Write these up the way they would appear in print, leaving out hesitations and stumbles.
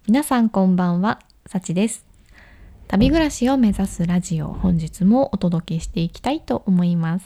皆さんこんばんは、さちです。旅暮らしを目指すラジオ、本日もお届けしていきたいと思います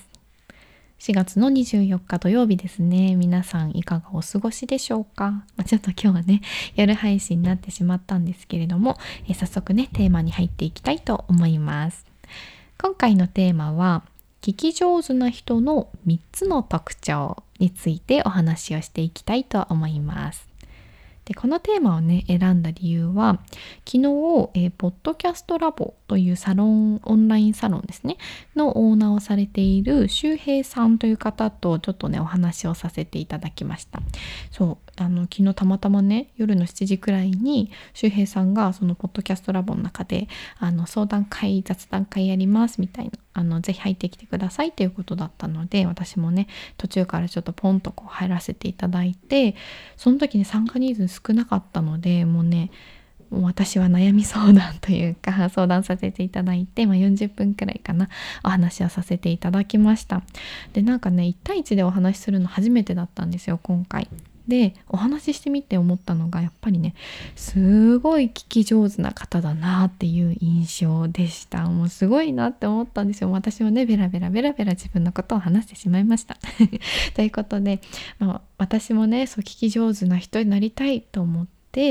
。4月の24日土曜日ですね。皆さんいかがお過ごしでしょうか。ちょっと今日はね、夜配信になってしまったんですけれども、早速ね、テーマに入っていきたいと思います。今回のテーマは、聞き上手な人の3つの特徴についてお話をしていきたいと思います。でこのテーマをね選んだ理由は昨日、ポッドキャストラボというオンラインサロンですねのオーナーをされている周平さんという方とちょっとねお話をさせていただきました。昨日たまたまね夜の7時くらいに周平さんがそのポッドキャストラボの中で雑談会やりますみたいなぜひ入ってきてくださいということだったので、私もね途中からちょっとポンと入らせていただいて、その時に参加人数少なかったのでもう私は悩み相談というか相談させていただいて、40分くらいかなお話をさせていただきました。で1対1でお話しするの初めてだったんですよ今回。でお話ししてみて思ったのがやっぱりねすごい聞き上手な方だなっていう印象でした。もうすごいなって思ったんですよ。私もねベラベラ自分のことを話してしまいましたということで、私もね聞き上手な人になりたいと思って、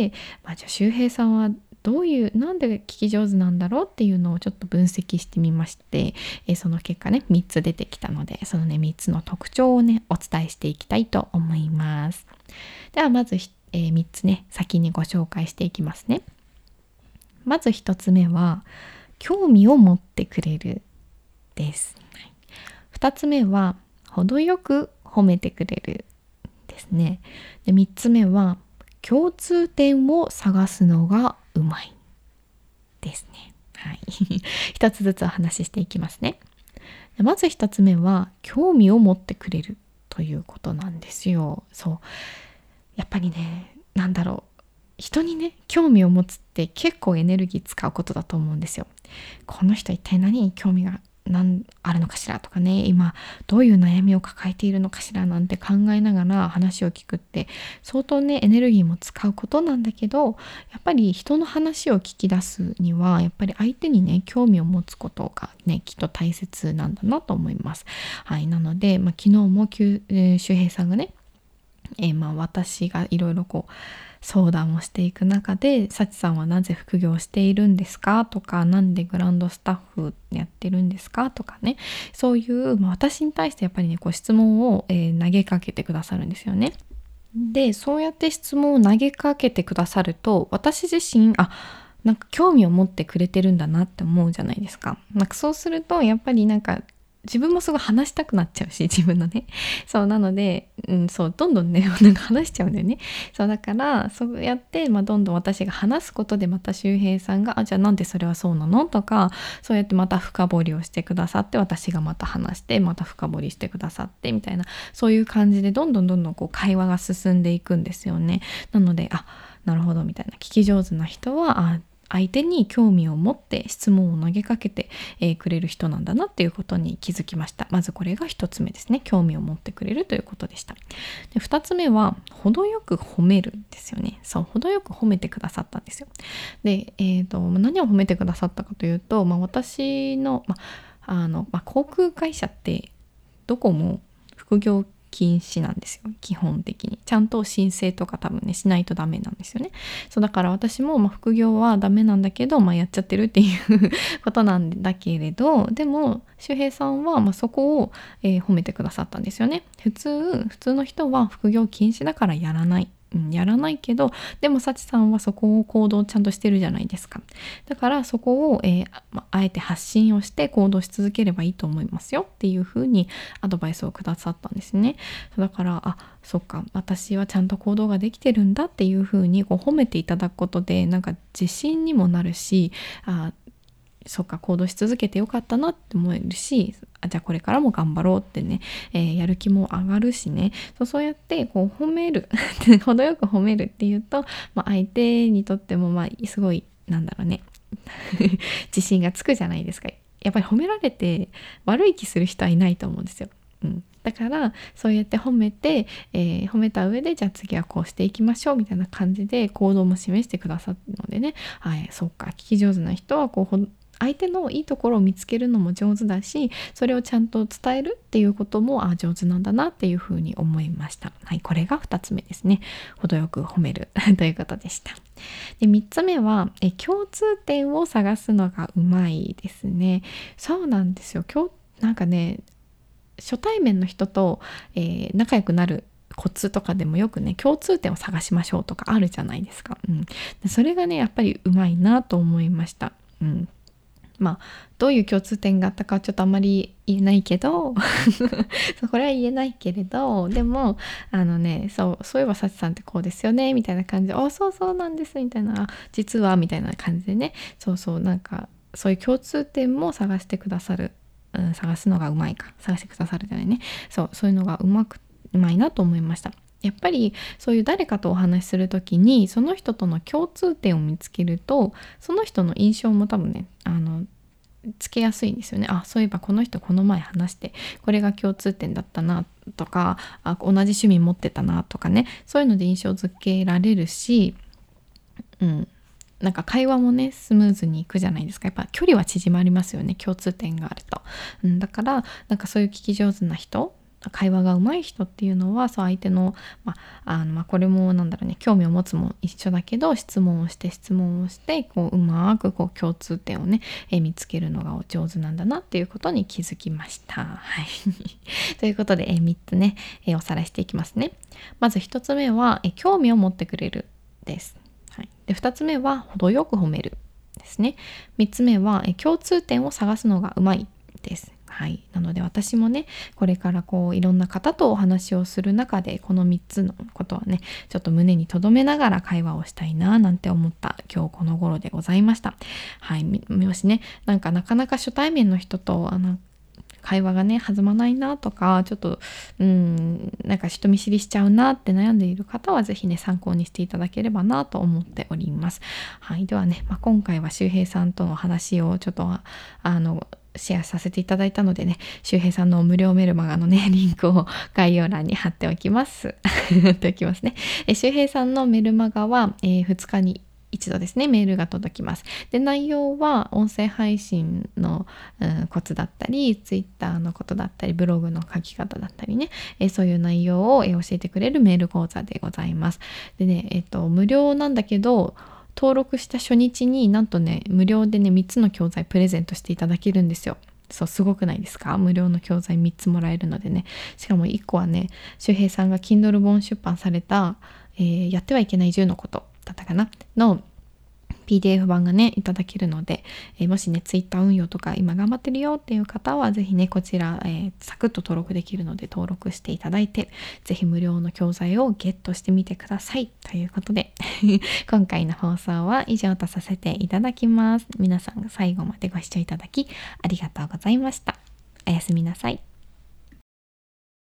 じゃあ周平さんはなんで聞き上手なんだろうっていうのをちょっと分析してみまして、その結果ね3つ出てきたので、そのね3つの特徴をねお伝えしていきたいと思います。ではまず3つね先にご紹介していきますね。まず1つ目は興味を持ってくれるです。2つ目は程よく褒めてくれるですね。で3つ目は共通点を探すのがうまいですね。一つずつお話ししていきますね。まず一つ目は興味を持ってくれるということなんですよ。やっぱりね人にね興味を持つって結構エネルギー使うことだと思うんですよ。この人一体何に興味があるのかしらとかね、今どういう悩みを抱えているのかしらなんて考えながら話を聞くって相当ねエネルギーも使うことなんだけど、やっぱり人の話を聞き出すにはやっぱり相手にね興味を持つことがねきっと大切なんだなと思います。なので、昨日も周平さんがね、私がいろいろ相談をしていく中で、さちさんはなぜ副業しているんですかとか、なんでグランドスタッフやってるんですかとかね、そういう、私に対してやっぱりね質問を、投げかけてくださるんですよね。でそうやって質問を投げかけてくださると、私自身興味を持ってくれてるんだなって思うじゃないですか。そうするとやっぱり自分もすごい話したくなっちゃうし、自分のね。なので、どんどんね、話しちゃうんだよね。だから、そうやって、どんどん私が話すことで、また周平さんが、じゃあなんでそれはそうなのとか、そうやってまた深掘りをしてくださって、私がまた話して、また深掘りしてくださって、みたいな、そういう感じで、どんどん会話が進んでいくんですよね。なので、なるほど、みたいな。聞き上手な人は、相手に興味を持って質問を投げかけて、くれる人なんだなっていうことに気づきました。まずこれが一つ目ですね。興味を持ってくれるということでした。で、二つ目は程よく褒めるんですよね。程よく褒めてくださったんですよ。で、何を褒めてくださったかというと、私の、航空会社ってどこも副業禁止なんですよ。基本的にちゃんと申請とか多分ねしないとダメなんですよね。だから私も副業はダメなんだけど、やっちゃってるっていうことなんだけれど、でも周平さんはそこを、褒めてくださったんですよね。普通の人は副業禁止だからやらない。やらないけど、でも幸さんはそこを行動ちゃんとしてるじゃないですか。だからそこを、あえて発信をして行動し続ければいいと思いますよっていうふうにアドバイスをくださったんですね。だからそっか、私はちゃんと行動ができてるんだっていうふうに褒めていただくことで自信にもなるし、そっか行動し続けてよかったなって思えるし、じゃあこれからも頑張ろうってね、やる気も上がるしね。そうやって褒める程よく褒めるっていうと、相手にとってもすごい自信がつくじゃないですか。やっぱり褒められて悪い気する人はいないと思うんですよ。 だからそうやって褒めて、褒めた上でじゃあ次はこうしていきましょうみたいな感じで行動も示してくださるのでね、はい、そうか、聞き上手な人はこう相手のいいところを見つけるのも上手だし、それをちゃんと伝えるっていうことも上手なんだなっていうふうに思いました。はい、これが2つ目ですね。程よく褒めるということでした。で、3つ目は共通点を探すのがうまいですね。そうなんですよ。なんかね、初対面の人と、仲良くなるコツとかでもよくね、共通点を探しましょうとかあるじゃないですか。でそれがねやっぱりうまいなと思いました。どういう共通点があったかはちょっとあんまり言えないけどこれは言えないけれど、でもそういえばサチさんってこうですよねみたいな感じで、そうなんですみたいな、実はみたいな感じでね、なんかそういう共通点も探してくださる、探すのがうまいか、探してくださるじゃないね、そういうのがうまいなと思いました。やっぱりそういう誰かとお話しするときにその人との共通点を見つけると、その人の印象も多分ねつけやすいんですよね。そういえばこの人この前話してこれが共通点だったなとか、同じ趣味持ってたなとかね、そういうので印象付けられるし、なんか会話もねスムーズにいくじゃないですか。やっぱ距離は縮まりますよね、共通点があると。だからなんかそういう聞き上手な人、会話が上手い人っていうのは、そう相手の、これも興味を持つも一緒だけど、質問をしてこううまくこう共通点をね、見つけるのが上手なんだなっていうことに気づきました。はいということで、3つね、おさらいしていきますね。まず1つ目は、興味を持ってくれるです。で2つ目は程よく褒めるですね。3つ目は共通点を探すのがうまいです。なので私もねこれからいろんな方とお話をする中でこの3つのことはねちょっと胸に留めながら会話をしたいななんて思った今日この頃でございました。もしねなかなか初対面の人と会話がね弾まないなとか、ちょっとなんか人見知りしちゃうなって悩んでいる方はぜひね参考にしていただければなと思っております。ではね、今回は周平さんとの話をちょっとシェアさせていただいたのでね、周平さんの無料メルマガのねリンクを概要欄に貼っておきます貼っておきますね。周平さんのメルマガは、2日に一度ですねメールが届きます。で内容は音声配信の、コツだったり、ツイッターのことだったり、ブログの書き方だったりね、そういう内容を、教えてくれるメール講座でございます。でね、無料なんだけど登録した初日になんとね無料でね3つの教材プレゼントしていただけるんですよ。すごくないですか？無料の教材3つもらえるのでね。しかも1個はね周平さんが Kindle 本出版された、やってはいけない10のことだったかなの PDF 版がねいただけるので、もしね Twitter 運用とか今頑張ってるよっていう方はぜひねこちら、サクッと登録できるので登録していただいて、ぜひ無料の教材をゲットしてみてくださいということで今回の放送は以上とさせていただきます。皆さんが最後までご視聴いただきありがとうございました。おやすみなさい。